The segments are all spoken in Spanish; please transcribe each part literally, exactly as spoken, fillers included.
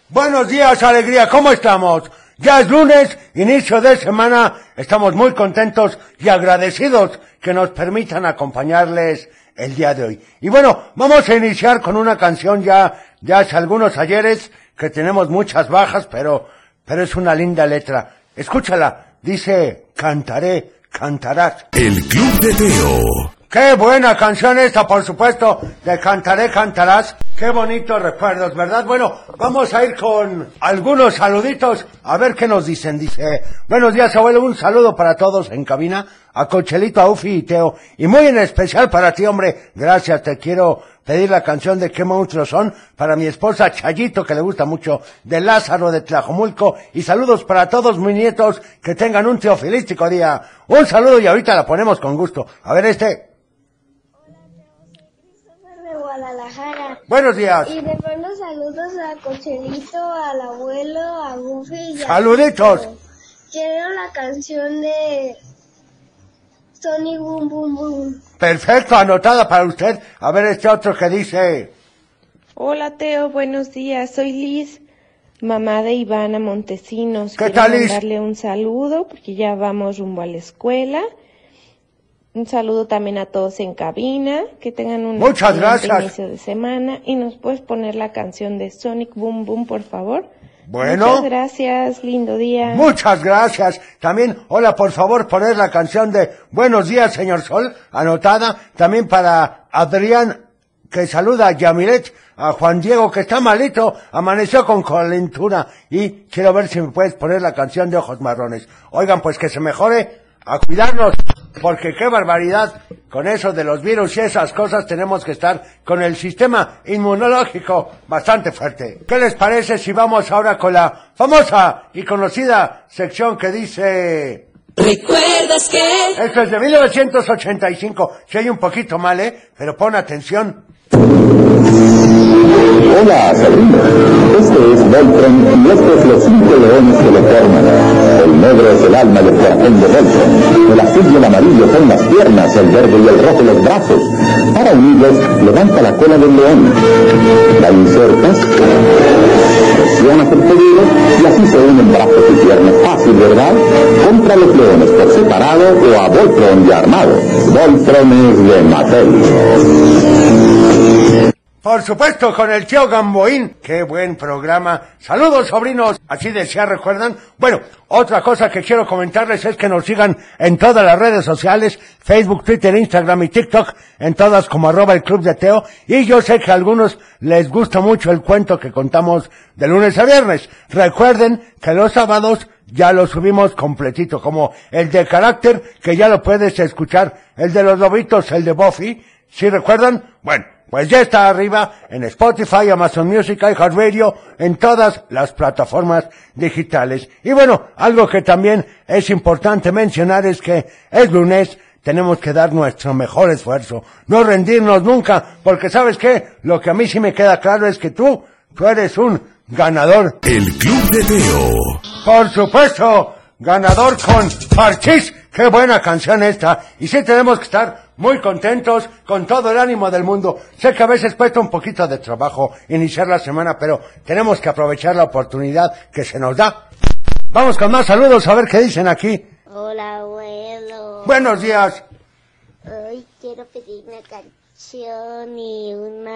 Buenos días, alegría, ¿cómo estamos? Ya es lunes, inicio de semana, estamos muy contentos y agradecidos que nos permitan acompañarles el día de hoy. Y bueno, vamos a iniciar con una canción ya, ya hace algunos ayeres, que tenemos muchas bajas, pero, pero es una linda letra. Escúchala, dice, cantaré, cantarás. El Club de Teo. Qué buena canción esta, por supuesto, de Cantaré, Cantarás. Qué bonitos recuerdos, ¿verdad? Bueno, vamos a ir con algunos saluditos, a ver qué nos dicen. Dice, buenos días, abuelo, un saludo para todos en cabina, a Cochelito, a Ufi y Teo, y muy en especial para ti, hombre. Gracias, te quiero pedir la canción de Qué monstruos son, para mi esposa Chayito, que le gusta mucho, de Lázaro de Tlajomulco, y saludos para todos mis nietos, que tengan un teofilístico día. Un saludo y ahorita la ponemos con gusto. A ver este... Guadalajara. Buenos días. Y le mando saludos a Cochelito, al abuelo, a Goofy y a... ¡Saluditos! Quiero la canción de Sonic Boom Boom Boom. Perfecto, anotada para usted. A ver este otro que dice... Hola Teo, buenos días. Soy Liz, mamá de Ivana Montesinos. ¿Qué Quiero tal, Liz? mandarle un saludo porque ya vamos rumbo a la escuela. Un saludo también a todos en cabina, que tengan un Muchas excelente gracias. inicio de semana. Y nos puedes poner la canción de Sonic Boom Boom, por favor. Bueno. Muchas gracias, lindo día. Muchas gracias. También, hola, por favor, poner la canción de Buenos días, señor Sol, anotada. También para Adrián, que saluda a Yamilet, a Juan Diego, que está malito, amaneció con calentura. Y quiero ver si me puedes poner la canción de Ojos Marrones. Oigan, pues que se mejore, a cuidarnos, porque qué barbaridad, con eso de los virus y esas cosas tenemos que estar con el sistema inmunológico bastante fuerte. ¿Qué les parece si vamos ahora con la famosa y conocida sección que dice... ¿Recuerdas que? Esto es de mil novecientos ochenta y cinco, se oye un poquito mal, ¿eh? Pero pon atención. Hola, sobrino. Este es Voltron y estos los cinco leones que lo forman. El negro es el alma y el corazón de Voltron. El azul y el amarillo son las piernas, el verde y el rojo los brazos. Para unirlos, levanta la cola del león. La insertas, presionas el peligro y así se unen brazos y piernas. Fácil, ¿verdad? Compra los leones por separado o a Voltron ya armado. Voltron es de Mattel. Por supuesto, con el tío Gamboín. ¡Qué buen programa! ¡Saludos, sobrinos! Así decía, ¿recuerdan? Bueno, otra cosa que quiero comentarles es que nos sigan en todas las redes sociales, Facebook, Twitter, Instagram y TikTok, en todas como arroba el Club de Teo. Y yo sé que a algunos les gusta mucho el cuento que contamos de lunes a viernes. Recuerden que los sábados ya lo subimos completito, como el de carácter, que ya lo puedes escuchar, el de los lobitos, el de Buffy. ¿Sí recuerdan? Bueno. Pues ya está arriba en Spotify, Amazon Music, iHeartRadio, en todas las plataformas digitales. Y bueno, algo que también es importante mencionar es que es lunes, tenemos que dar nuestro mejor esfuerzo, no rendirnos nunca, porque ¿sabes qué? Lo que a mí sí me queda claro es que tú, tú eres un ganador. El Club de Teo. Por supuesto, ganador con Parchís. Qué buena canción esta. Y sí tenemos que estar muy contentos, con todo el ánimo del mundo. Sé que a veces cuesta un poquito de trabajo iniciar la semana, pero tenemos que aprovechar la oportunidad que se nos da. Vamos con más saludos a ver qué dicen aquí. Hola, abuelo. Buenos días. Hoy quiero pedir una canción y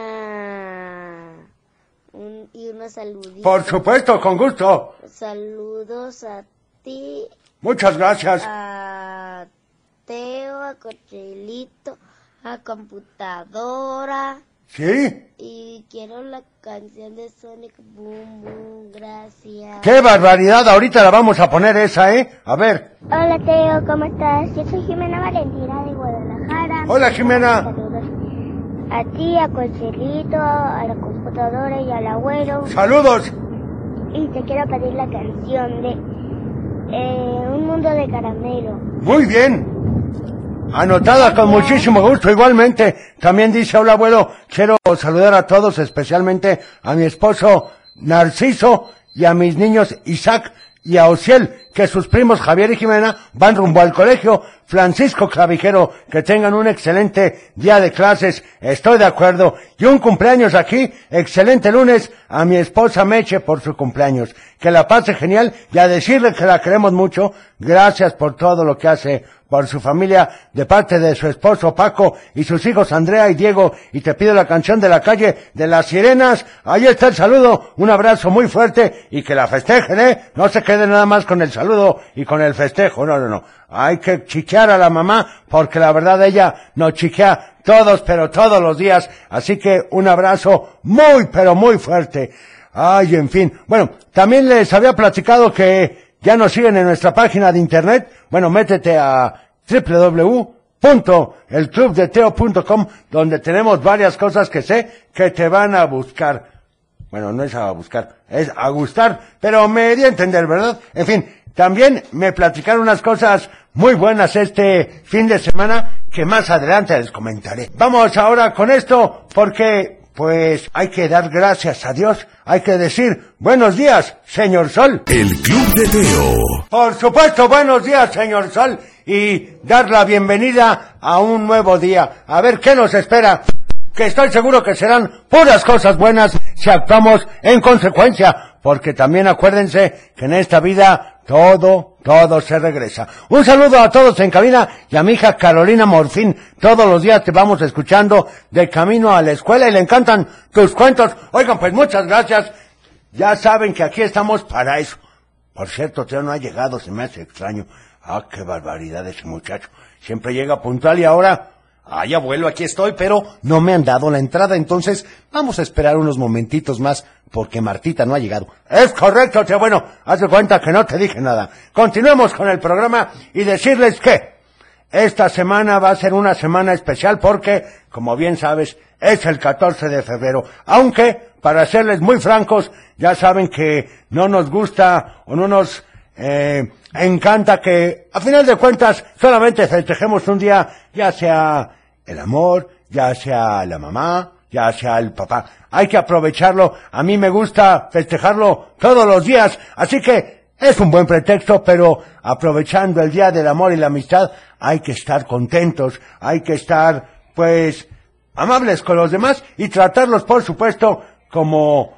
una... Un, y unos saluditos. Por supuesto, con gusto. Saludos a ti, Muchas gracias. a Teo, a Cochelito, a Computadora. ¿Sí? Y quiero la canción de Sonic Boom Boom, gracias. ¡Qué barbaridad! Ahorita la vamos a poner esa, ¿eh? A ver. Hola Teo, ¿cómo estás? Yo soy Jimena Valentina de Guadalajara. Hola, Jimena. Saludos a ti, a Cochelito, a la computadora y al abuelo. ¡Saludos! Y te quiero pedir la canción de eh, Un Mundo de Caramelo. Muy bien. Anotada con muchísimo gusto. Igualmente, también dice, hola abuelo, quiero saludar a todos, especialmente a mi esposo Narciso y a mis niños Isaac y a Ociel, que sus primos Javier y Jimena van rumbo al colegio Francisco Clavijero, que tengan un excelente día de clases, estoy de acuerdo, y un cumpleaños aquí, excelente lunes, a mi esposa Meche por su cumpleaños, que la pase genial, y a decirle que la queremos mucho, gracias por todo lo que hace por su familia, de parte de su esposo Paco y sus hijos Andrea y Diego, y te pido la canción de la calle de las Sirenas. Ahí está el saludo, un abrazo muy fuerte, y que la festejen, ¿eh? No se queden nada más con el saludo y con el festejo, no, no, no. Hay que chiquear a la mamá, porque la verdad ella nos chiquea todos, pero todos los días, así que un abrazo muy, pero muy fuerte. Ay, en fin. Bueno, también les había platicado que ya nos siguen en nuestra página de internet. Bueno, métete a doble u doble u doble u punto el club de teo punto com, donde tenemos varias cosas que sé que te van a buscar. Bueno, no es a buscar, es a gustar, pero me di a entender, ¿verdad? En fin, también me platicaron unas cosas muy buenas este fin de semana que más adelante les comentaré. Vamos ahora con esto, porque pues hay que dar gracias a Dios, hay que decir buenos días, señor Sol. El Club de Teo. Por supuesto, buenos días, señor Sol, y dar la bienvenida a un nuevo día. A ver qué nos espera, que estoy seguro que serán puras cosas buenas si actuamos en consecuencia, porque también acuérdense que en esta vida todo, todo se regresa. Un saludo a todos en cabina y a mi hija Carolina Morfín. Todos los días te vamos escuchando de camino a la escuela y le encantan tus cuentos. Oigan, pues muchas gracias. Ya saben que aquí estamos para eso. Por cierto, Teo no ha llegado, se me hace extraño. Ah, qué barbaridad ese muchacho. Siempre llega puntual y ahora... Ay, abuelo, aquí estoy, pero no me han dado la entrada, entonces vamos a esperar unos momentitos más, porque Martita no ha llegado. Es correcto, tío. Bueno, haz de cuenta que no te dije nada. Continuemos con el programa y decirles que esta semana va a ser una semana especial porque, como bien sabes, es el catorce de febrero. Aunque, para serles muy francos, ya saben que no nos gusta o no nos... Eh, encanta que, a final de cuentas, solamente festejemos un día, ya sea el amor, ya sea la mamá, ya sea el papá. Hay que aprovecharlo. A mí me gusta festejarlo todos los días, así que es un buen pretexto, pero aprovechando el día del amor y la amistad, hay que estar contentos, hay que estar, pues, amables con los demás y tratarlos, por supuesto, como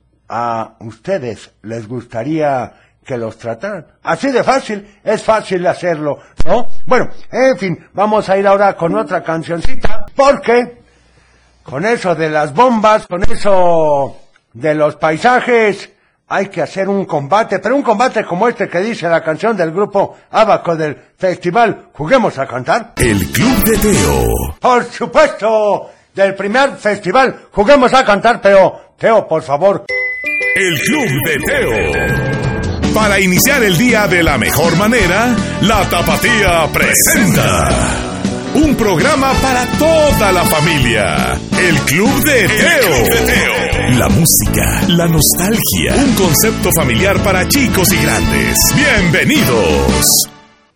a ustedes les gustaría que los trataran. Así de fácil, es fácil hacerlo, ¿no? Bueno, en fin, vamos a ir ahora con otra cancioncita, porque con eso de las bombas, con eso de los paisajes, hay que hacer un combate, pero un combate como este que dice la canción del grupo Abaco del festival Juguemos a Cantar. El Club de Teo. Por supuesto, del primer festival Juguemos a Cantar, pero, Teo, por favor. El Club de Teo. Para iniciar el día de la mejor manera, La Tapatía presenta un programa para toda la familia. El Club de Teo. La música, la nostalgia, un concepto familiar para chicos y grandes. Bienvenidos.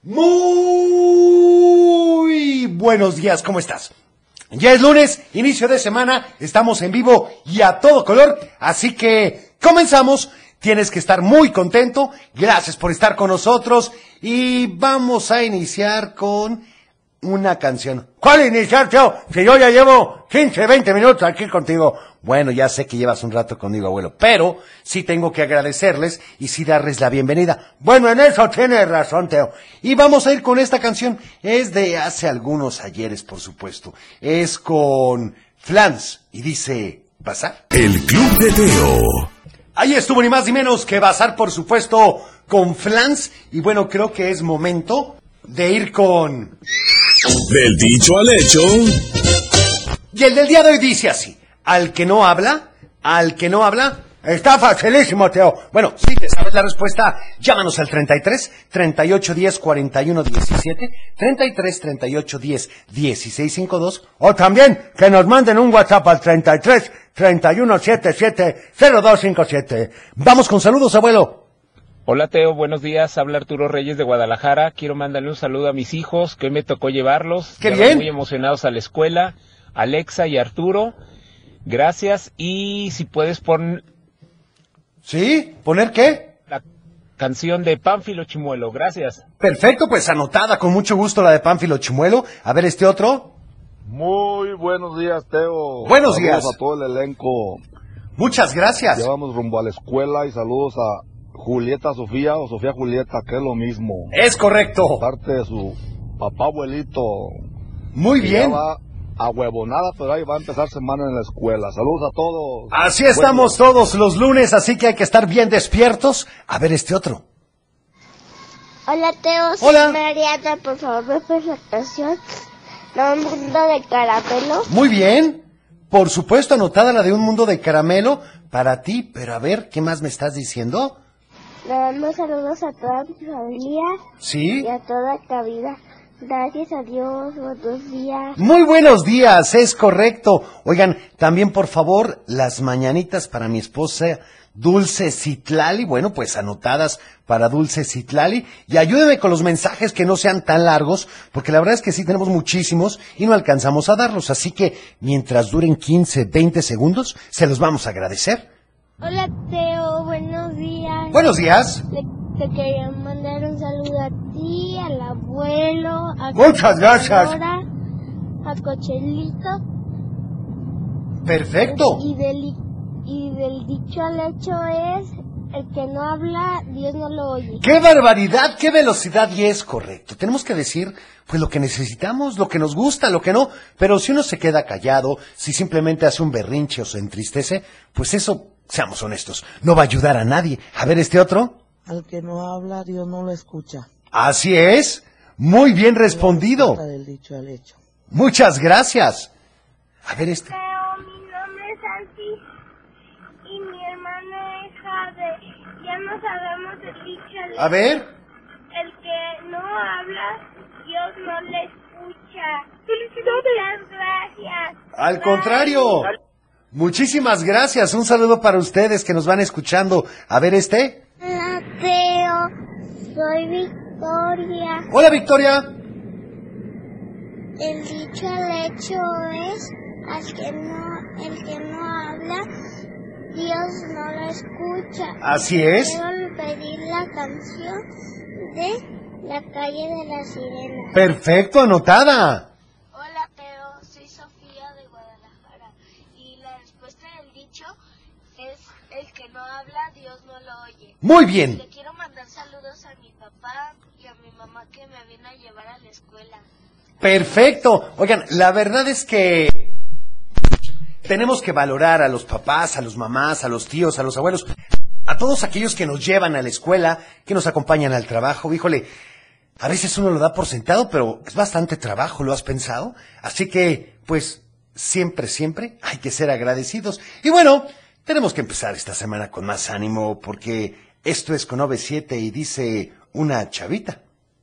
Muy buenos días, ¿cómo estás? Ya es lunes, inicio de semana, estamos en vivo y a todo color, así que comenzamos. Tienes que estar muy contento, gracias por estar con nosotros y vamos a iniciar con una canción. ¿Cuál iniciar, Teo? Si yo ya llevo quince, veinte minutos aquí contigo. Bueno, ya sé que llevas un rato conmigo, abuelo, pero sí tengo que agradecerles y sí darles la bienvenida. Bueno, en eso tienes razón, Teo. Y vamos a ir con esta canción, es de hace algunos ayeres, por supuesto. Es con Flans y dice, ¿Bazar? El Club de Teo. Ahí estuvo ni más ni menos que Bazar, por supuesto, con Flans. Y bueno, creo que es momento de ir con... Del dicho al hecho. Y el del día de hoy dice así. Al que no habla, al que no habla... Está facilísimo, Teo. Bueno, si te sabes la respuesta, llámanos al treinta y tres, treinta y ocho, diez, cuarenta y uno, diecisiete, treinta y tres, treinta y ocho, diez, dieciséis, cincuenta y dos. O también que nos manden un WhatsApp al treinta y tres, treinta y uno, setenta y siete, cero dos cincuenta y siete. Vamos con saludos, abuelo. Hola, Teo, buenos días. Habla Arturo Reyes de Guadalajara. Quiero mandarle un saludo a mis hijos, que hoy me tocó llevarlos. ¡Qué ya bien! Van muy emocionados a la escuela. Alexa y Arturo, gracias. Y si puedes poner... ¿Sí? ¿Poner qué? La, canción de Pánfilo Chimuelo. Gracias. Perfecto, pues anotada con mucho gusto la de Pánfilo Chimuelo. A ver este otro. Muy buenos días, Teo. Buenos saludos días. a todo el elenco. Muchas gracias. Ya vamos rumbo a la escuela y saludos a Julieta Sofía o Sofía Julieta, que es lo mismo. Es correcto. Parte de su papá abuelito. Muy bien. Ya va a huevonada, pero ahí va a empezar semana en la escuela. Saludos a todos. Así estamos Buen todos los lunes, así que hay que estar bien despiertos. A ver este otro. Hola, Teo. Soy Hola. Mariana, por favor, me pones la canción de Un Mundo de Caramelo. Muy bien. Por supuesto, anotada la de Un Mundo de Caramelo para ti. Pero a ver, ¿qué más me estás diciendo? Le damos saludos a toda mi familia Sí. y a toda cabina. Gracias a Dios, buenos días. Muy buenos días, es correcto. Oigan, también por favor, las mañanitas para mi esposa Dulce Citlali. Bueno, pues anotadas para Dulce Citlali. Y ayúdeme con los mensajes que no sean tan largos, porque la verdad es que sí tenemos muchísimos y no alcanzamos a darlos. Así que mientras duren quince, veinte segundos, se los vamos a agradecer. Hola, Teo, buenos días. Buenos días. Le, te quería mandar un saludo a ti, al abuelo, a Muchas gracias. Dora, a Cochelito. Perfecto. Y del, y del dicho al hecho es, el que no habla, Dios no lo oye. ¡Qué barbaridad! ¡Qué velocidad! Y es correcto. Tenemos que decir, pues, lo que necesitamos, lo que nos gusta, lo que no. Pero si uno se queda callado, si simplemente hace un berrinche o se entristece, pues eso, seamos honestos, no va a ayudar a nadie. A ver este otro. Al que no habla, Dios no lo escucha. Así es. Muy bien respondido. Del dicho al hecho. Muchas gracias. A ver este. Teo, mi nombre es Santi y mi hermano es Jade. Ya no sabemos el dicho al hecho. A ver. El que no habla, Dios no le escucha. ¡Felicidades! Muchas gracias. Al Bye. contrario. Muchísimas gracias. Un saludo para ustedes que nos van escuchando. A ver este. Hola, Teo. Soy Victoria. Hola, Victoria. El dicho al hecho es, al que no, el que no habla, Dios no lo escucha. Así es. Quiero pedir la canción de La Calle de la Sirena. Perfecto, anotada. Hola, Teo, soy Sofía de Guadalajara y la respuesta del dicho es, el que no habla, Dios no lo oye. Muy bien. Le quiero mandar saludos a mi papá y a mi mamá que me viene a llevar a la escuela. Perfecto. Oigan, la verdad es que tenemos que valorar a los papás, a los mamás, a los tíos, a los abuelos, a todos aquellos que nos llevan a la escuela, que nos acompañan al trabajo. Híjole, a veces uno lo da por sentado, pero es bastante trabajo, ¿lo has pensado? Así que, pues, siempre, siempre hay que ser agradecidos. Y bueno, tenemos que empezar esta semana con más ánimo, porque esto es con O V siete y dice una chavita.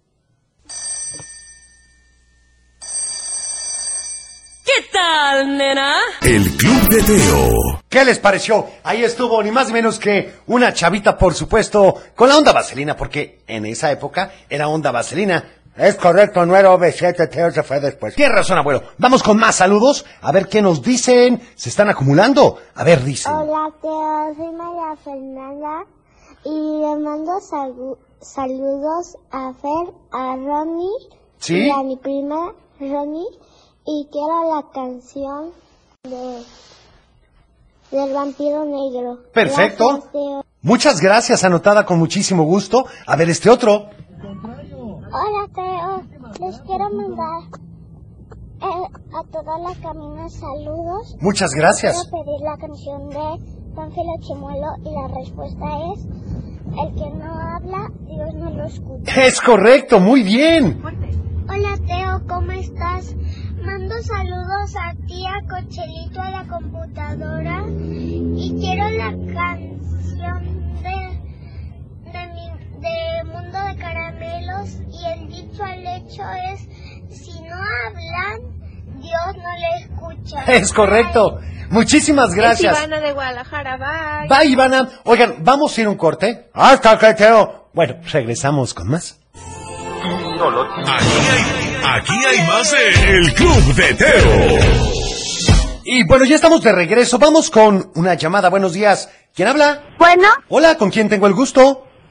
¿Qué tal, nena? El Club de Teo. ¿Qué les pareció? Ahí estuvo ni más ni menos que una chavita, por supuesto, con la onda vaselina, porque en esa época era onda vaselina. Es correcto, no era O V siete, Teo se fue después. Tienes razón, abuelo. Vamos con más saludos, a ver qué nos dicen. Se están acumulando. A ver, dicen. Hola, Teo, soy María Fernanda y le mando salu- saludos a Fer, a Ronnie ¿Sí? y a mi prima Ronnie. Y quiero la canción de del vampiro negro. Perfecto. Gracias, Teo. Muchas gracias, anotada con muchísimo gusto. A ver, este otro. Hola, Teo. Les quiero mandar eh, a toda la cabina saludos. Muchas gracias. Quiero pedir la canción de Pánfilo Chimuelo y la respuesta es, el que no habla, Dios no lo escucha. Es correcto, muy bien. Hola, Teo, ¿cómo estás? Mando saludos a ti, a Cochelito, a la computadora y quiero la canción de, de, mi, de Mundo de Caramelos y el dicho al hecho es, si no hablan, Dios no le escucha. Es correcto. Muchísimas gracias. Es Ivana de Guadalajara, bye. Bye, Ivana. Oigan, vamos a ir a un corte. Hasta que Teo. Bueno, regresamos con más. Aquí hay, aquí hay más de El Club de Teo. Y bueno, ya estamos de regreso. Vamos con una llamada. Buenos días. ¿Quién habla? Bueno, Hola, ¿con quién tengo el gusto?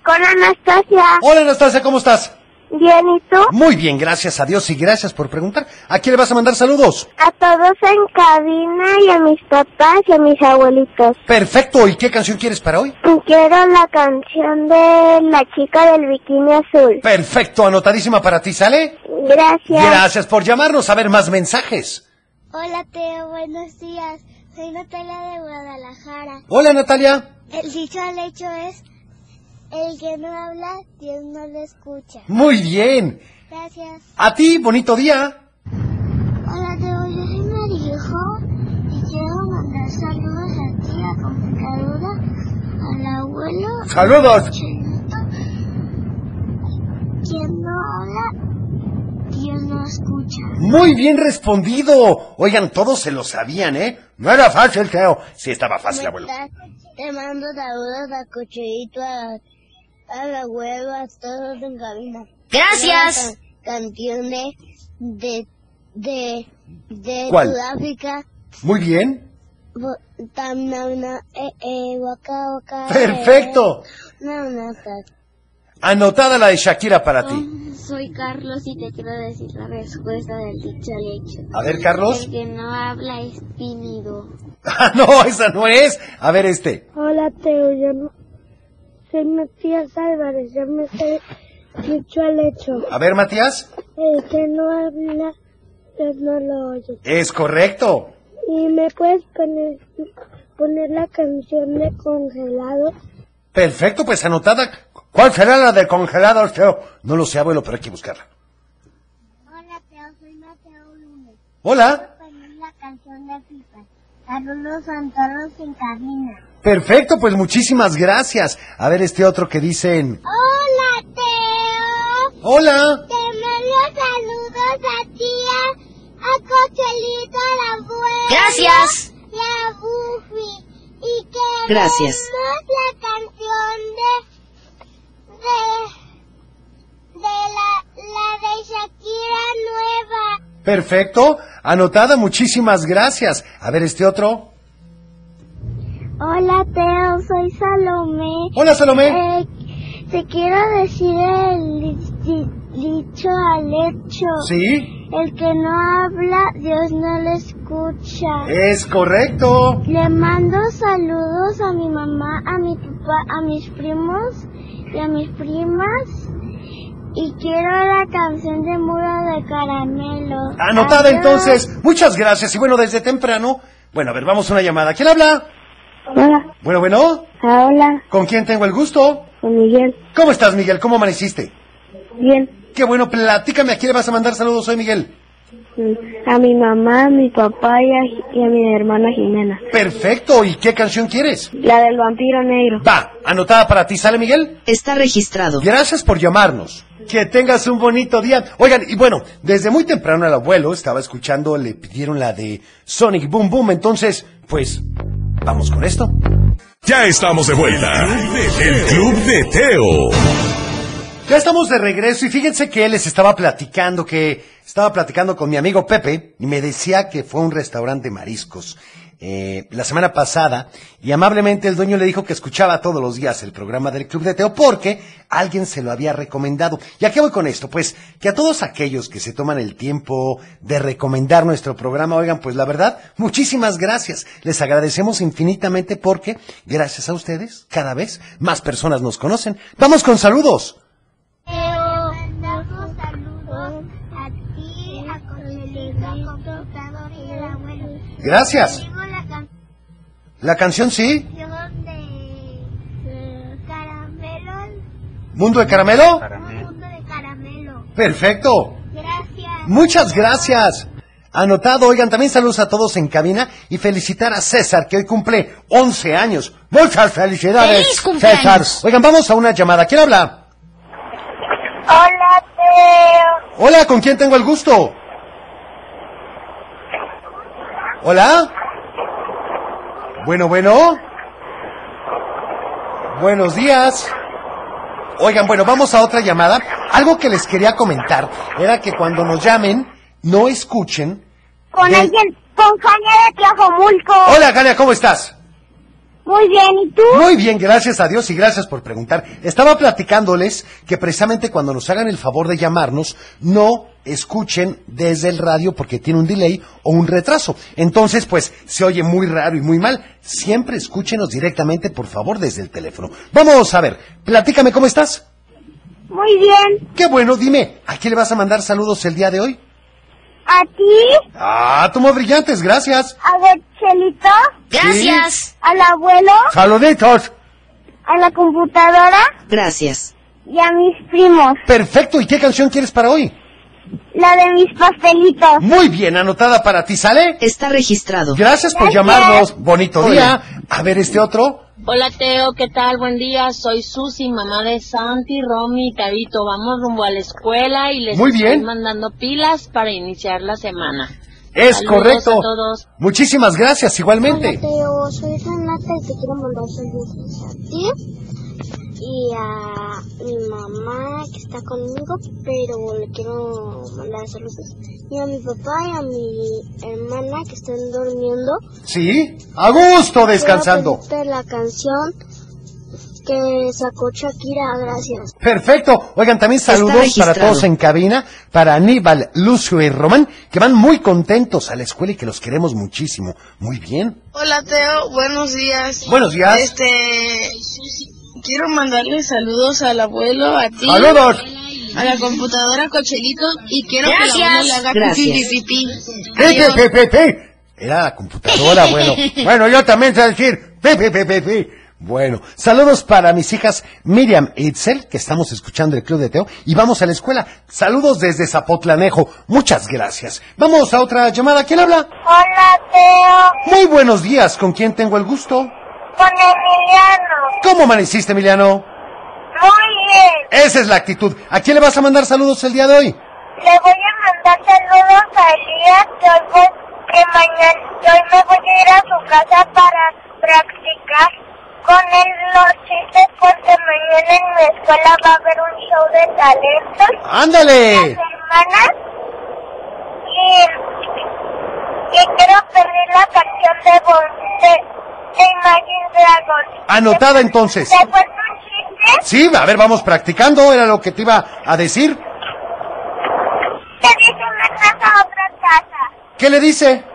Con Anastasia. Hola Anastasia, ¿cómo estás? Bien, ¿y tú? Muy bien, gracias a Dios y gracias por preguntar. ¿A quién le vas a mandar saludos? A todos en cabina y a mis papás y a mis abuelitos. Perfecto, ¿y qué canción quieres para hoy? Quiero la canción de la chica del bikini azul. Perfecto, anotadísima para ti, ¿sale? Gracias. Gracias por llamarnos, a ver más mensajes. Hola Teo, buenos días. Soy Natalia de Guadalajara. Hola Natalia. El dicho al hecho es, el que no habla, Dios no lo escucha. Muy bien. Gracias. A ti, bonito día. Hola Teo, yo soy Marijo y quiero mandar saludos a ti, a Complicadora, al abuelo. Saludos. Chelito. Quien no habla, Dios no escucha. Muy bien respondido. Oigan, todos se lo sabían, ¿eh? No era fácil, Teo. Sí, estaba fácil, abuelo. Te mando saludos a Cocherito, a, al abuelo, a todos en cabina. Gracias. Can, canción de, de, de, de ¿Cuál? Sudáfrica. Muy bien. Bo- Tam, na, na, eh, eh, waka, waka, Perfecto. eh, na, na, ta. Anotada la de Shakira para ti. Soy Carlos y te quiero decir la respuesta del dicho al hecho. A ver, Carlos. El que no habla es tímido. Ah, no, esa no es. A ver este. Hola Teo, yo no soy Matías Álvarez, yo me sé dicho al hecho. A ver, Matías. El que no habla, pues no lo oye. Es correcto. ¿Y me puedes poner, poner la canción de Congelado? Perfecto, pues anotada. ¿Cuál será la de congelados, Teo? No lo sé, abuelo, pero hay que buscarla. Hola Teo, soy Mateo Lunes. Hola. Voy a poner la canción de FIFA. Saludos a todos en cabina. Perfecto, pues muchísimas gracias. A ver este otro que dicen. Hola Teo. Hola. Te mando saludos a ti, a, a Cochelito, a la abuela. Gracias. Y a Buffy. Y que Gracias. la canción de, de, de la, la de Shakira nueva. Perfecto. Anotada, muchísimas gracias. A ver este otro. Hola Teo, soy Salomé. Hola, Salomé. Eh, te quiero decir el di- dicho al hecho. Sí, El que no habla, Dios no le escucha. es correcto. Le mando saludos a mi mamá, a mi papá, a mis primos y a mis primas. Y quiero la canción de Muro de Caramelo. Anotada Adiós. entonces. Muchas gracias. Y bueno, desde temprano. Bueno, a ver, vamos a una llamada. ¿Quién habla? Hola. Bueno, bueno. Ah, hola, ¿Con quién tengo el gusto? con Miguel. ¿Cómo estás, Miguel? ¿Cómo amaneciste? Bien. Qué bueno, platícame. ¿A quién le vas a mandar saludos hoy, Miguel? A mi mamá, a mi papá y a, y a mi hermana Jimena. Perfecto. ¿Y qué canción quieres? La del vampiro negro. Va, anotada para ti. ¿Sale, Miguel? Está registrado. Gracias por llamarnos. Que tengas un bonito día. Oigan, y bueno, desde muy temprano el abuelo estaba escuchando, le pidieron la de Sonic Boom Boom, entonces, pues, vamos con esto. Ya estamos de vuelta. El Club de Teo. Ya estamos de regreso y fíjense que él les estaba platicando, que estaba platicando con mi amigo Pepe y me decía que fue a un restaurante de mariscos eh, la semana pasada y amablemente el dueño le dijo que escuchaba todos los días el programa del Club de Teo porque alguien se lo había recomendado. ¿Y a qué voy con esto? Pues que a todos aquellos que se toman el tiempo de recomendar nuestro programa, oigan, pues la verdad, muchísimas gracias. Les agradecemos infinitamente porque gracias a ustedes cada vez más personas nos conocen. Vamos con saludos. Mandamos saludos a ti, a Cochelito, a Computador y al abuelo. Gracias. Digo la canción La canción sí. de eh, Caramelo, ¿Mundo de Caramelo? Mundo de Caramelo. Perfecto. Gracias. Muchas gracias. Anotado, oigan, también saludos a todos en cabina y felicitar a César, que hoy cumple once años. Muchas felicidades, ¡Feliz cumpleaños! César. Oigan, vamos a una llamada. ¿Quién habla? Hola, Teo. Hola, ¿con quién tengo el gusto? Hola. Bueno, bueno. Buenos días. Oigan, bueno, vamos a otra llamada. Algo que les quería comentar era que cuando nos llamen, no escuchen. Con de- alguien, con Jania de Tlajomulco. Hola, Gania, ¿cómo estás? Muy bien, ¿y tú? Muy bien, gracias a Dios y gracias por preguntar. Estaba platicándoles que precisamente cuando nos hagan el favor de llamarnos, no escuchen desde el radio porque tiene un delay o un retraso. Entonces, pues, se oye muy raro y muy mal. Siempre escúchenos directamente, por favor, desde el teléfono. Vamos a ver, platícame, ¿cómo estás? Muy bien. Qué bueno, dime, ¿a quién le vas a mandar saludos el día de hoy? ¿A ti? Ah, tú muy brillantes, gracias. ¿A Cochelito? Gracias. Sí. ¿Al abuelo? Saluditos. ¿A la computadora? Gracias. Y a mis primos. Perfecto, ¿y qué canción quieres para hoy? La de mis pastelitos. Muy bien, anotada para ti, ¿sale? Está registrado. Gracias por Gracias. llamarnos, bonito Hola. día. A ver este otro. Hola Teo, ¿qué tal? Buen día, soy Susi, mamá de Santi, Romy y Tabito. Vamos rumbo a la escuela y les Muy estoy bien. mandando pilas para iniciar la semana. Es Saludos correcto. a todos. Muchísimas gracias, igualmente. Hola, Teo, soy Renata y te quiero mandar saludos a ti y a mi mamá que está conmigo, pero le quiero mandar saludos. Y a mi papá y a mi hermana que están durmiendo. Sí, a gusto descansando. Quiero pedirte la canción que sacó Shakira, gracias. Perfecto. Oigan, también Está saludos para registrado. todos en cabina, para Aníbal, Lucio y Román, que van muy contentos a la escuela y que los queremos muchísimo. Muy bien. Hola Teo, buenos días. Buenos días. Este, quiero mandarle saludos al abuelo, a ti, Saludos. a la computadora Cochelito y quiero Gracias. que la abuela le haga Gracias. pipi pipi. Pi, pi, pi, pi, pi. Era la computadora, bueno. Bueno, yo también sé decir pi, pi, pi, pi, pi. Bueno, saludos para mis hijas Miriam e Itzel, que estamos escuchando el Club de Teo, y vamos a la escuela. Saludos desde Zapotlanejo. Muchas gracias. Vamos a otra llamada. ¿Quién habla? Hola, Teo. Muy buenos días. ¿Con quién tengo el gusto? Con Emiliano. ¿Cómo amaneciste, Emiliano? Muy bien. Esa es la actitud. ¿A quién le vas a mandar saludos el día de hoy? Le voy a mandar saludos a Elías, que hoy, voy- que mañana, que hoy me voy a ir a su casa para practicar con él los chistes, porque mañana en mi escuela va a haber un show de talentos. ¡Ándale! Las hermanas. Y, y quiero pedir la canción de, Bon- de, de Imagine Dragons. Anotada entonces. ¿Te acuerdas un chiste? Sí, a ver, vamos practicando. Era lo que te iba a decir. Te dice una casa a otra casa. ¿Qué le dice?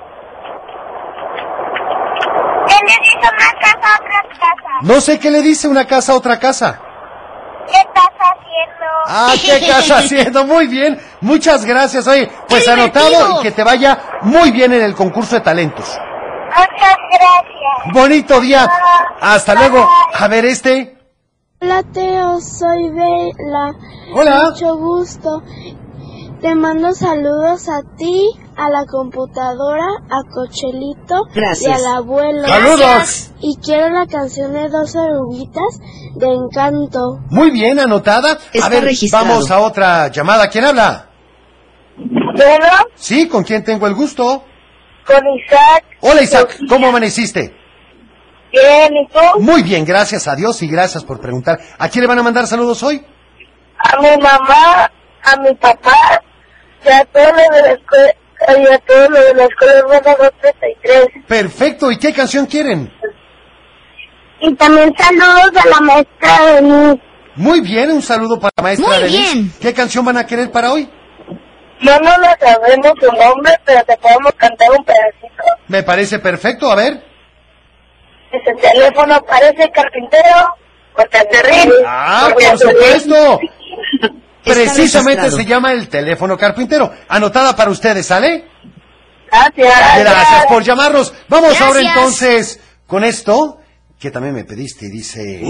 Te le dice una casa a otra casa. No sé qué le dice una casa a otra casa. ¿Qué estás haciendo? Ah, ¿qué estás haciendo? Muy bien. Muchas gracias. Oye, pues ¡Qué anotado divertido! y que te vaya muy bien en el concurso de talentos. Muchas gracias. Bonito día. Hasta luego. A ver este. Hola, Teo, soy Bella. Hola. Mucho gusto. Te mando saludos a ti, a la computadora, a Cochelito Gracias. y al abuelo. Saludos. Y quiero la canción de Dos Oruguitas de Encanto. Muy bien, anotada. Está a ver, registrado. vamos a otra llamada. ¿Quién habla? Bueno, Sí, ¿con quién tengo el gusto? con Isaac. Hola, Isaac. ¿Cómo amaneciste? Bien, ¿y tú? Muy bien, gracias a Dios y gracias por preguntar. ¿A quién le van a mandar saludos hoy? A mi mamá, a mi papá, y a todos los de la escuela, y a todos los de la escuela Urbana doscientos treinta y tres. Perfecto. ¿Y qué canción quieren? Y también saludos a la maestra de mí. Muy bien, un saludo para la maestra Muy Denise. bien. ¿Qué canción van a querer para hoy? No nos lo sabemos su nombre, pero te podemos cantar un pedacito. Me parece perfecto, a ver. Ese teléfono parece carpintero, corta terrible. Ah, por supuesto. Está Precisamente registrado. se llama el teléfono carpintero. Anotada para ustedes, ¿sale? Gracias. Gracias por llamarnos. Vamos Gracias. ahora entonces con esto, que también me pediste y dice...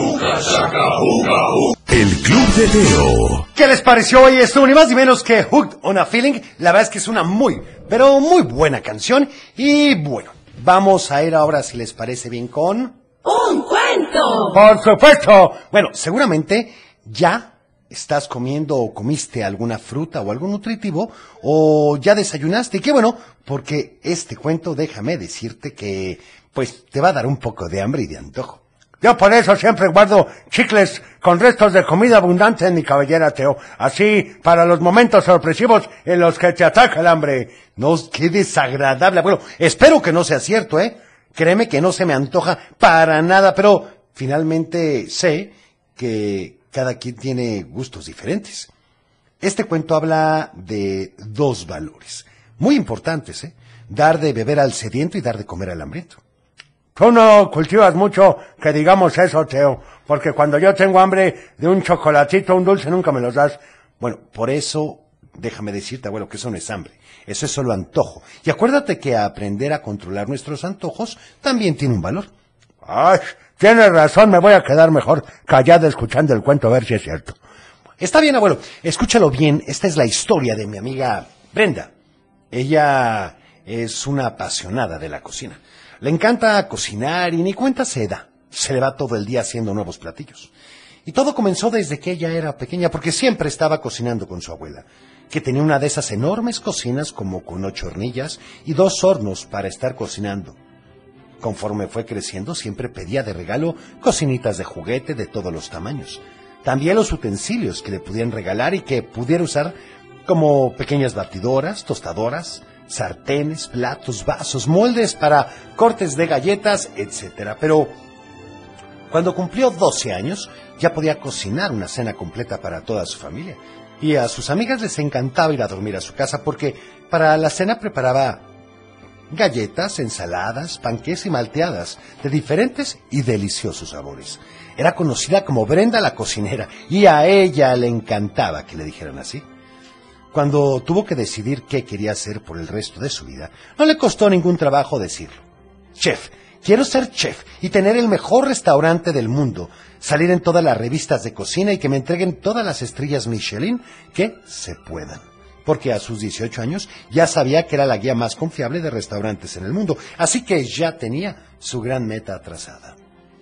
El Club de Teo. ¿Qué les pareció hoy esto? Ni más ni menos que Hooked on a Feeling. La verdad es que es una muy, pero muy buena canción. Y bueno, vamos a ir ahora, si les parece bien, con... ¡Un cuento! Por supuesto. Bueno, seguramente ya estás comiendo o comiste alguna fruta o algo nutritivo o ya desayunaste. Y qué bueno, porque este cuento, déjame decirte que pues te va a dar un poco de hambre y de antojo. Yo por eso siempre guardo chicles con restos de comida abundante en mi cabellera, Teo. Así, para los momentos sorpresivos en los que te ataca el hambre. No, qué desagradable. Bueno, espero que no sea cierto, ¿eh? Créeme que no se me antoja para nada, pero finalmente sé que cada quien tiene gustos diferentes. Este cuento habla de dos valores muy importantes, ¿eh? Dar de beber al sediento y dar de comer al hambriento. Tú no cultivas mucho que digamos eso, Teo, porque cuando yo tengo hambre de un chocolatito, un dulce, nunca me los das. Bueno, por eso, déjame decirte, abuelo, que eso no es hambre, eso es solo antojo. Y acuérdate que aprender a controlar nuestros antojos también tiene un valor. Ay, tienes razón, me voy a quedar mejor callado escuchando el cuento a ver si es cierto. Está bien, abuelo, escúchalo bien, esta es la historia de mi amiga Brenda. Ella es una apasionada de la cocina. Le encanta cocinar y ni cuenta se da. Se le va todo el día haciendo nuevos platillos. Y todo comenzó desde que ella era pequeña, porque siempre estaba cocinando con su abuela, que tenía una de esas enormes cocinas como con ocho hornillas y dos hornos para estar cocinando. Conforme fue creciendo, siempre pedía de regalo cocinitas de juguete de todos los tamaños. También los utensilios que le pudieran regalar y que pudiera usar como pequeñas batidoras, tostadoras, sartenes, platos, vasos, moldes para cortes de galletas, etcétera. Pero cuando cumplió doce años, ya podía cocinar una cena completa para toda su familia. Y a sus amigas les encantaba ir a dormir a su casa porque para la cena preparaba galletas, ensaladas, panqués y malteadas de diferentes y deliciosos sabores. Era conocida como Brenda la cocinera y a ella le encantaba que le dijeran así. Cuando tuvo que decidir qué quería hacer por el resto de su vida, no le costó ningún trabajo decirlo. Chef, quiero ser chef y tener el mejor restaurante del mundo, salir en todas las revistas de cocina y que me entreguen todas las estrellas Michelin que se puedan. Porque a sus dieciocho años ya sabía que era la guía más confiable de restaurantes en el mundo, así que ya tenía su gran meta trazada.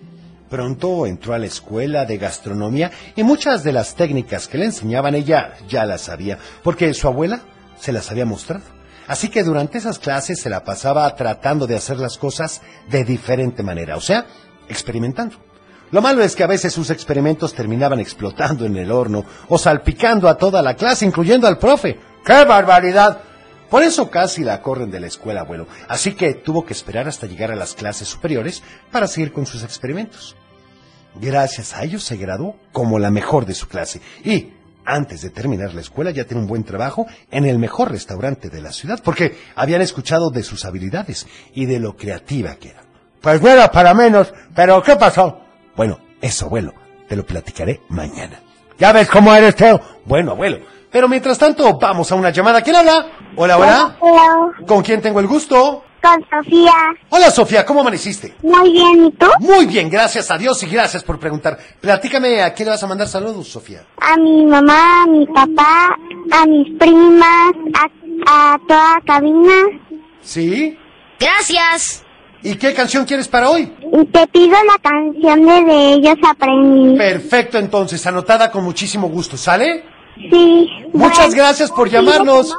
Pronto entró a la escuela de gastronomía y muchas de las técnicas que le enseñaban ella ya las sabía, porque su abuela se las había mostrado. Así que durante esas clases se la pasaba tratando de hacer las cosas de diferente manera, o sea, experimentando. Lo malo es que a veces sus experimentos terminaban explotando en el horno o salpicando a toda la clase, incluyendo al profe. ¡Qué barbaridad! Por eso casi la corren de la escuela, abuelo. Así que tuvo que esperar hasta llegar a las clases superiores para seguir con sus experimentos. Gracias a ellos se graduó como la mejor de su clase. Y antes de terminar la escuela ya tiene un buen trabajo en el mejor restaurante de la ciudad, porque habían escuchado de sus habilidades y de lo creativa que era. Pues no era para menos, pero ¿qué pasó? Bueno, eso, abuelo, te lo platicaré mañana. ¿Ya ves cómo eres, Teo? Bueno, abuelo, pero mientras tanto vamos a una llamada. ¿Quién habla? Hola, hola. Hola. ¿Con quién tengo el gusto? Con Sofía. Hola, Sofía, ¿cómo amaneciste? Muy bien, ¿y tú? Muy bien, gracias a Dios y gracias por preguntar. Platícame, ¿a quién le vas a mandar saludos, Sofía? A mi mamá, a mi papá, a mis primas, a, a toda cabina. ¿Sí? Gracias. ¿Y qué canción quieres para hoy? Y te pido la canción de De Ellos Aprendí. Perfecto, entonces, anotada con muchísimo gusto, ¿sale? Sí. Muchas bueno, gracias por llamarnos.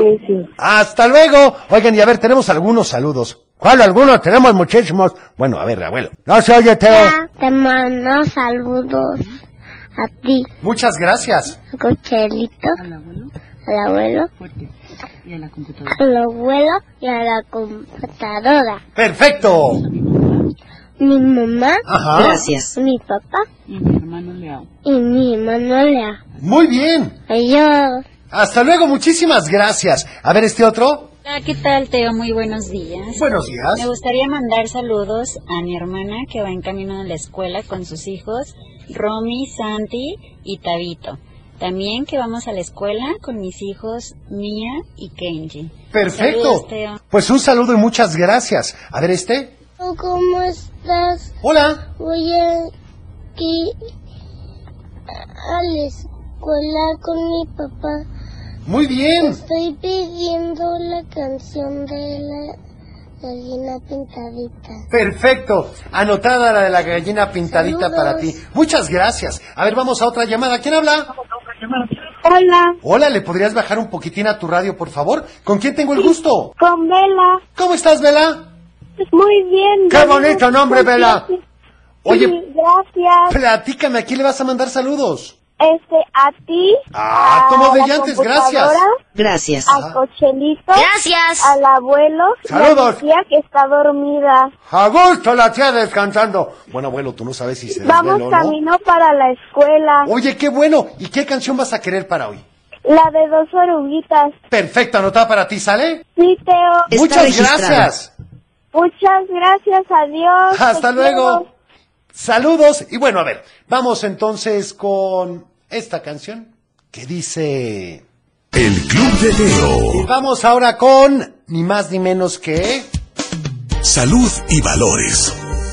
Hasta luego. Oigan, y a ver, tenemos algunos saludos. ¿Cuál algunos? Tenemos muchísimos. Bueno, a ver, abuelo. No se oye, Teo. Ya, te mando saludos a ti. Muchas gracias. A Cochelito. Al abuelo. Al abuelo. Fuerte. Y a la computadora. Al abuelo y a la computadora. Perfecto. Mi mamá. Ajá. Gracias. Mi papá. Y mi hermano Leo. Y mi hermano Lea. Muy bien. Adiós. Hasta luego, muchísimas gracias. A ver, este otro. Hola, ¿qué tal, Teo? Muy buenos días. Buenos días. Me gustaría mandar saludos a mi hermana que va en camino a la escuela con sus hijos, Romy, Santi y Tabito. También que vamos a la escuela con mis hijos Mía y Kenji. Perfecto. Saludos, Teo. Pues un saludo y muchas gracias. A ver, este. ¿Cómo estás? Hola. Voy aquí a la escuela con mi papá. Muy bien. Estoy pidiendo la canción de la gallina pintadita. Perfecto. Anotada la de la gallina pintadita. Saludos. Para ti. Muchas gracias. A ver, vamos a otra llamada. ¿Quién habla? Hola. Hola, ¿le podrías bajar un poquitín a tu radio, por favor? ¿Con quién tengo el gusto? Con Vela. ¿Cómo estás, Vela? Muy bien. ¡Qué bonito nombre, Vela! Oye, Sí, gracias. platícame, ¿a quién le vas a mandar saludos? Este, a ti. Ah, a tomo la brillantes, gracias. computadora, Gracias. A Cochelito. Gracias. Al abuelo. Saludos. Y a mi tía que está dormida. A gusto la tía descansando. Bueno, abuelo, tú no sabes si se Vamos desveló o no. camino para la escuela. Oye, qué bueno. ¿Y qué canción vas a querer para hoy? La de dos oruguitas. Perfecto, anotada para ti, ¿sale? Sí, Teo. Está Muchas registrado. gracias. Muchas gracias, adiós. Hasta te luego. quiero. Saludos. Y bueno, a ver, vamos entonces con esta canción que dice... El Club de Y Teo. vamos ahora con ni más ni menos que... Salud y valores.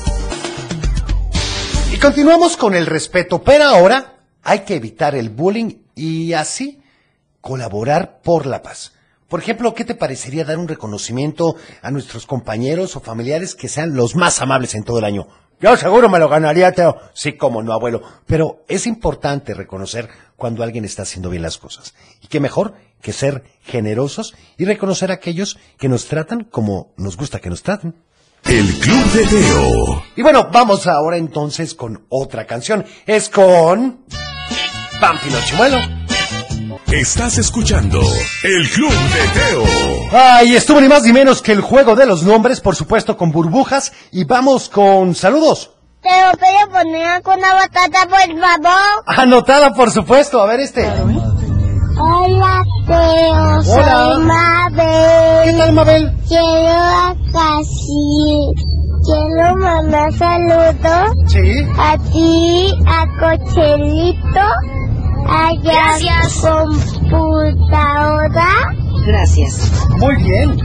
Y continuamos con el respeto, pero ahora hay que evitar el bullying y así colaborar por la paz. Por ejemplo, ¿qué te parecería dar un reconocimiento a nuestros compañeros o familiares que sean los más amables en todo el año? Yo seguro me lo ganaría, Teo. Sí, cómo no, abuelo. Pero es importante reconocer cuando alguien está haciendo bien las cosas. Y qué mejor que ser generosos y reconocer a aquellos que nos tratan como nos gusta que nos traten. El Club de Teo. Y bueno, vamos ahora entonces con otra canción. Es con... Pampino Chimuelo. Estás escuchando El Club de Teo. Ay, estuvo ni más ni menos que el juego de los nombres, por supuesto con burbujas. Y vamos con saludos. Teo, ¿puedo poner una batata, por favor? Anotada, por supuesto. A ver este. Hola, Teo. Soy Hola. Mabel. ¿Qué tal, Mabel? Quiero a Casi. Quiero mandar saludos Sí. a ti, a Cochelito, a Gracias. computadora Gracias. Muy bien.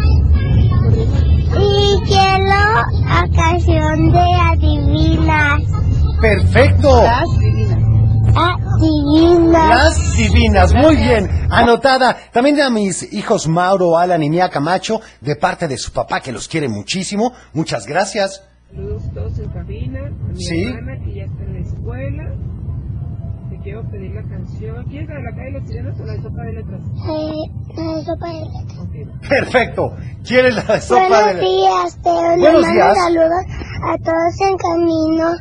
y quiero a canción de adivinas. Perfecto. Adivinas. Las divinas, muy bien, anotada. También a mis hijos Mauro, Alan y Mía Camacho, de parte de su papá, que los quiere muchísimo. Muchas gracias. Saludos todos en cabina, a mi Sí. hermana que ya está en la escuela. Te quiero pedir la canción. ¿Quieres la de la calle de los sirenos o la de sopa de letras? Eh, la sopa de letras. Ok. Perfecto. ¿Quieres la sopa Buenos de... días, Teo. Le Buenos mando días. saludos a todos en camino.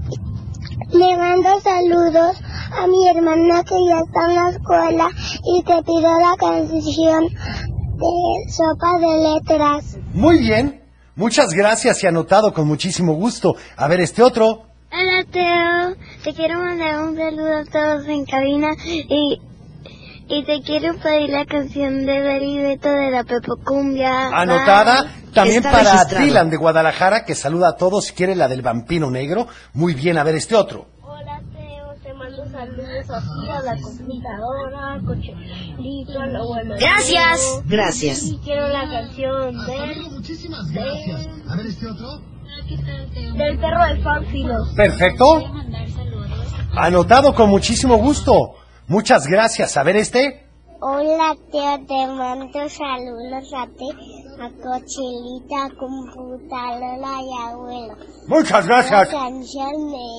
Le mando saludos a mi hermana que ya está en la escuela y te pido la canción de sopa de letras. Muy bien. Muchas gracias y anotado con muchísimo gusto. A ver este otro. Hola, Teo. Te quiero mandar un saludo a todos en cabina y, y te quiero pedir la canción de Beli y Beto de la Pepocumbia. Anotada. Bye. También Está para registrado. Dylan de Guadalajara, que saluda a todos. Si quiere la del vampiro negro. Muy bien. A ver este otro. Hola, Teo. Te mando saludos a ti, a la computadora, al Cochelito, al abuelo. Gracias. Gracias. Y quiero la canción de... Muchísimas gracias. A ver este otro. del perro del Fánfilo. Perfecto. Anotado con muchísimo gusto. Muchas gracias. A ver este. Hola, Teo, te mando saludos a ti, a Cochelita, a computadora y abuelo. Muchas La gracias. canción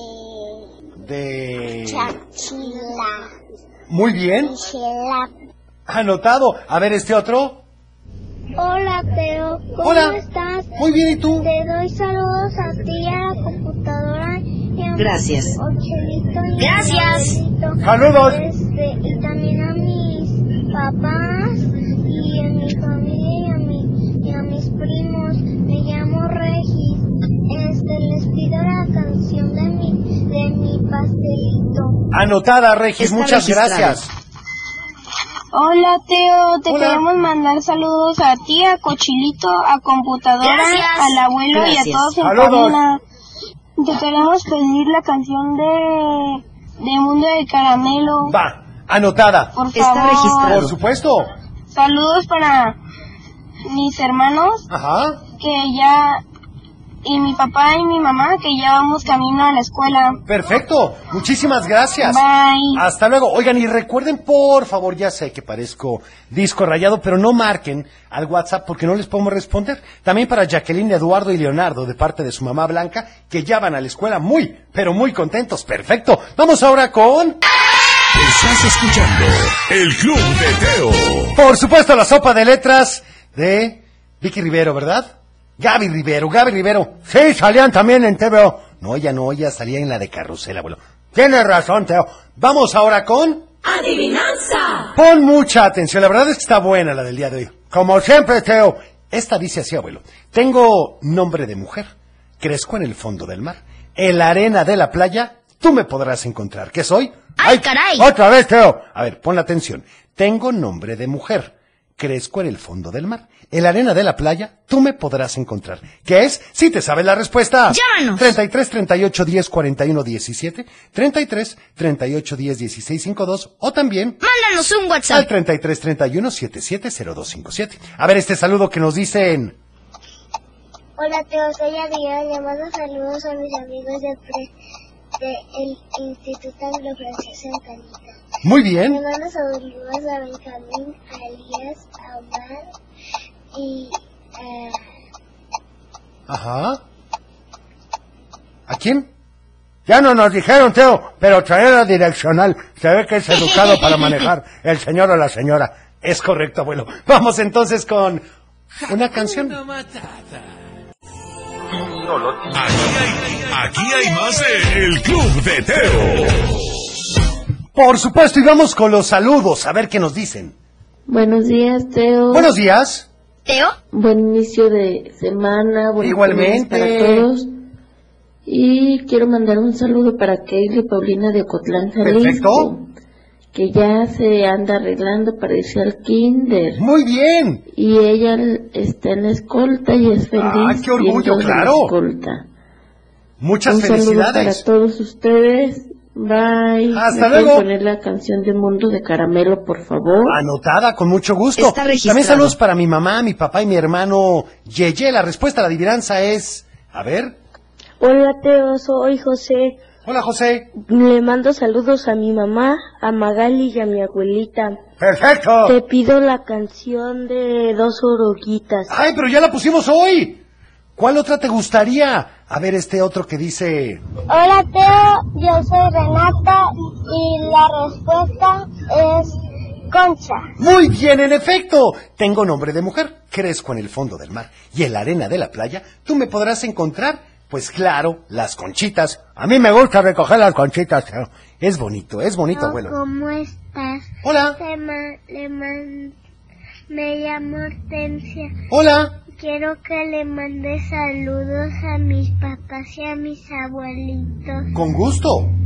de De... Chachila. Muy bien. Chela. Anotado. A ver este otro. Hola, Teo, ¿cómo Hola. estás? Muy bien, ¿y tú? Te doy saludos a ti, a la computadora y a Gracias. Cochelito y Gracias. a abuelito. Saludos. Este, y también a mis papás y a mi familia y a, mi, y a mis primos. Me llamo Regis. Este, les pido la canción de mi, de mi pastelito. Anotada, Regis. Está Muchas registrado. gracias. Hola, Teo. Te Hola. queremos mandar saludos a ti, a Cochilito, a computadora, Gracias. al abuelo Gracias. y a todos en Saludos. cabina. Te queremos pedir la canción de, de Mundo de Caramelo. Va. Anotada. Por Está favor. registrado. Por supuesto. Saludos para mis hermanos Ajá. que ya... y mi papá y mi mamá que ya vamos camino a la escuela. Perfecto. Muchísimas gracias. Bye. Hasta luego. Oigan, y recuerden, por favor, ya sé que parezco disco rayado, pero no marquen al WhatsApp porque no les podemos responder. También para Jacqueline, Eduardo y Leonardo, de parte de su mamá Blanca, que ya van a la escuela muy, pero muy contentos. Perfecto. Vamos ahora con... Estás escuchando El Club de Teo. Por supuesto, la sopa de letras de Vicky Rivero, ¿verdad? Gaby Rivero, Gaby Rivero. Sí, salían también en T V O. No, ella no, ella salía en la de Carrusel, abuelo. Tienes razón, Teo. Vamos ahora con... ¡Adivinanza! Pon mucha atención, la verdad es que está buena la del día de hoy. Como siempre, Teo. Esta dice así, abuelo. Tengo nombre de mujer. Crezco en el fondo del mar. En la arena de la playa, tú me podrás encontrar. ¿Qué soy? ¡Ay, caray! Otra vez, Teo. A ver, pon la atención. Tengo nombre de mujer. Crezco en el fondo del mar. En la arena de la playa, tú me podrás encontrar. ¿Qué es? Si te sabes la respuesta. ¡Llámanos! treinta y tres, treinta y ocho, diez, cuarenta y uno, diecisiete, treinta y tres, treinta y ocho, diez, dieciséis, cincuenta y dos, o también... Mándanos un al WhatsApp. treinta y tres, treinta y uno, setenta y siete, cero dos cincuenta y siete. A ver este saludo que nos dicen... Hola, Teo, soy Adrián. Le mando saludos a mis amigos de pre, de el Instituto Anglo-Francés en Canita. Muy bien. Le mando saludos a Benjamín, a Elías, a Omar y eh, Ajá. ¿A quién? Ya no nos dijeron, Teo, pero traer la direccional. Se ve que es educado para manejar el señor o la señora. Es correcto, abuelo. Vamos entonces con una canción. Aquí hay, aquí hay más de El Club de Teo. Por supuesto, y vamos con los saludos, a ver qué nos dicen. Buenos días, Teo. Buenos días. ¿Teo? Buen inicio de semana. Buenas Igualmente. tardes para todos. Y quiero mandar un saludo para Keila y Paulina de Ocotlán, Jalisco. Perfecto. Que ya se anda arreglando para irse al kinder. Muy bien. Y ella está en la escolta y es feliz. ¡Ah, qué orgullo, yendo de la claro! escolta. Muchas un felicidades. saludo para todos ustedes. Bye. Hasta ¿Me luego. pueden poner la canción de Mundo de Caramelo, por favor? Anotada, con mucho gusto. Está registrado. También saludos para mi mamá, mi papá y mi hermano Yeye. La respuesta a la adivinanza es... A ver. Hola, Teo, soy José. Hola, José. Le mando saludos a mi mamá, a Magali y a mi abuelita. Perfecto. Te pido la canción de Dos Oruguitas. Ay, pero ya la pusimos hoy. ¿Cuál otra te gustaría? A ver este otro que dice... Hola, Teo, yo soy Renata y la respuesta es Concha. Muy bien, en efecto. Tengo nombre de mujer. Crezco en el fondo del mar y en la arena de la playa. ¿Tú me podrás encontrar? Pues claro, las conchitas. A mí me gusta recoger las conchitas. Es bonito, es bonito, abuelo. ¿Cómo estás? Hola. Se ma- le man- me llamo Hortensia. Hola. Quiero que le mande saludos a mis papás y a mis abuelitos. Con gusto.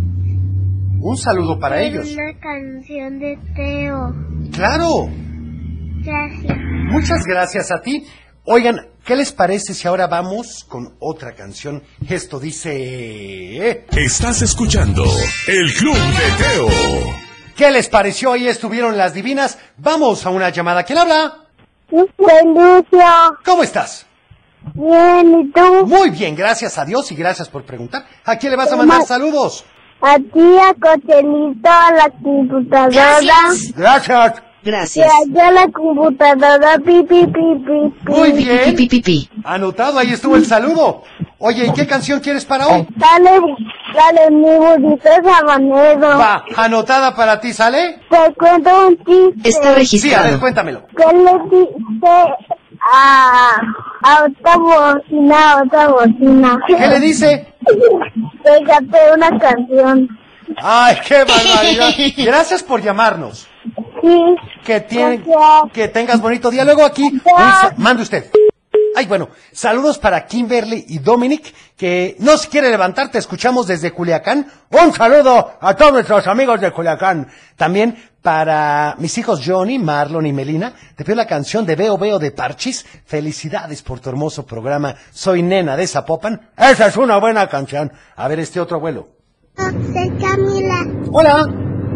Un saludo para Quiero ellos. una canción de Teo. Claro. Gracias. Muchas gracias a ti. Oigan, ¿qué les parece si ahora vamos con otra canción? Esto dice... Estás escuchando El Club de Teo. ¿Qué les pareció? Ahí estuvieron las divinas. Vamos a una llamada. ¿Quién habla? Felicio. ¿Cómo estás? Bien, ¿y tú? Muy bien, gracias a Dios y gracias por preguntar. ¿A quién le vas a mandar saludos? A ti, a Cochelito, a la computadora. Gracias. Gracias. Y allá a la computadora, pi, pi, pi, pi, pi. Muy bien. Pi, pi, pi. Anotado, ahí estuvo el saludo. Oye, ¿y qué canción quieres para hoy? Dale, dale, mi burrito sabanero. Va, anotada para ti, ¿sale? Te cuento un chiste. Está Sí, a ver, registrado. cuéntamelo. ¿Qué le dice a, a otra bocina, a otra bocina? ¿Qué le dice? Que cante una canción. Ay, qué barbaridad. Gracias por llamarnos. Sí. Que, tiene, Gracias. que tengas bonito día. Luego aquí, un sa- mande usted. Ay, bueno, saludos para Kimberly y Dominic, que no se quiere levantar, te escuchamos desde Culiacán. Un saludo a todos nuestros amigos de Culiacán. También para mis hijos Johnny, Marlon y Melina, te pido la canción de Veo Veo de Parchis. Felicidades por tu hermoso programa. Soy Nena de Zapopan. Esa es una buena canción. A ver este otro abuelo. Soy Camila. Hola.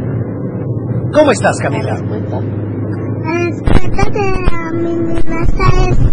¿Cómo estás, Camila? La respuesta de mi masa es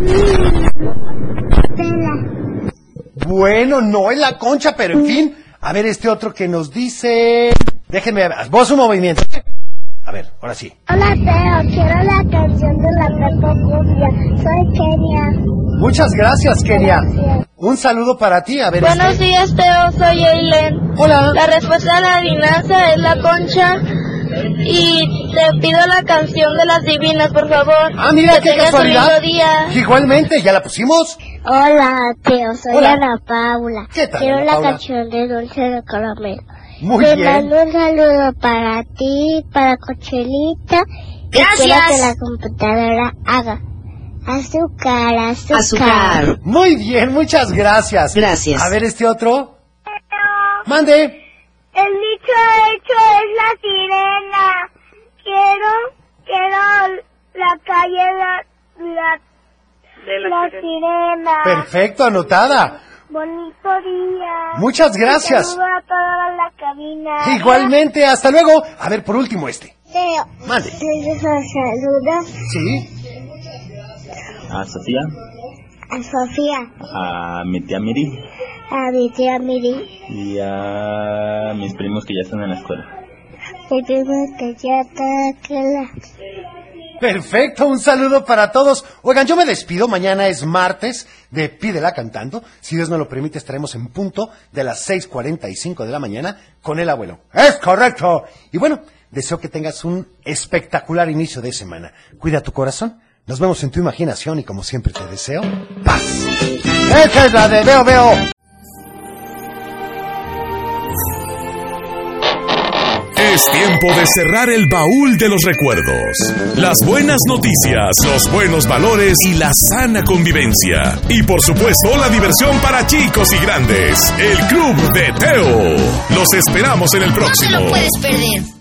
Pela. Bueno, no es la Concha, pero en fin. A ver este otro que nos dice... Déjenme ver, vos un movimiento. A ver, ahora sí. Hola, Teo, quiero la canción de la Pepo Cumbia. Soy Kenia. Muchas gracias, Kenia. Un saludo para ti. A ver Buenos este... días, Teo, soy Eileen. Hola. La respuesta a la adivinanza es la Concha. Y te pido la canción de las divinas, por favor. Ah, mira, que qué tengas un casualidad. lindo día. Igualmente, ¿ya la pusimos? Hola, Teo, soy Hola. Ana Paula. ¿Qué tal, Quiero Ana la Paula? canción de Dulce de Caramelo. Muy Te bien. mando un saludo para ti, para Cochelita. Gracias. Y quiero que la computadora haga azúcar, azúcar. Azúcar. Muy bien, muchas gracias. Gracias. A ver este otro. Mande. El dicho hecho es la sirena. Quiero, quiero la calle, la, la, la sirena. Perfecto, anotada. Bonito día. Muchas gracias. Un saludo a toda la cabina. Igualmente, hasta luego. A ver, por último este. Teo. Mande. Saludos Sí. A Sofía, a Sofía, a mi tía Miri a mi tía Miri, y a mis primos que ya están en la escuela. mi primo que ya está aquella. Perfecto, un saludo para todos. Oigan, yo me despido. Mañana es martes de Pídela Cantando. Si Dios nos lo permite, estaremos en punto de las seis cuarenta y cinco de la mañana con el abuelo. ¡Es correcto! Y bueno, deseo que tengas un espectacular inicio de semana. Cuida tu corazón. Nos vemos en tu imaginación y como siempre te deseo paz. Esa es la de Veo Veo. Es tiempo de cerrar el baúl de los recuerdos. Las buenas noticias, los buenos valores y la sana convivencia. Y por supuesto la diversión para chicos y grandes. El Club de Teo. Los esperamos en el próximo. No te lo puedes perder.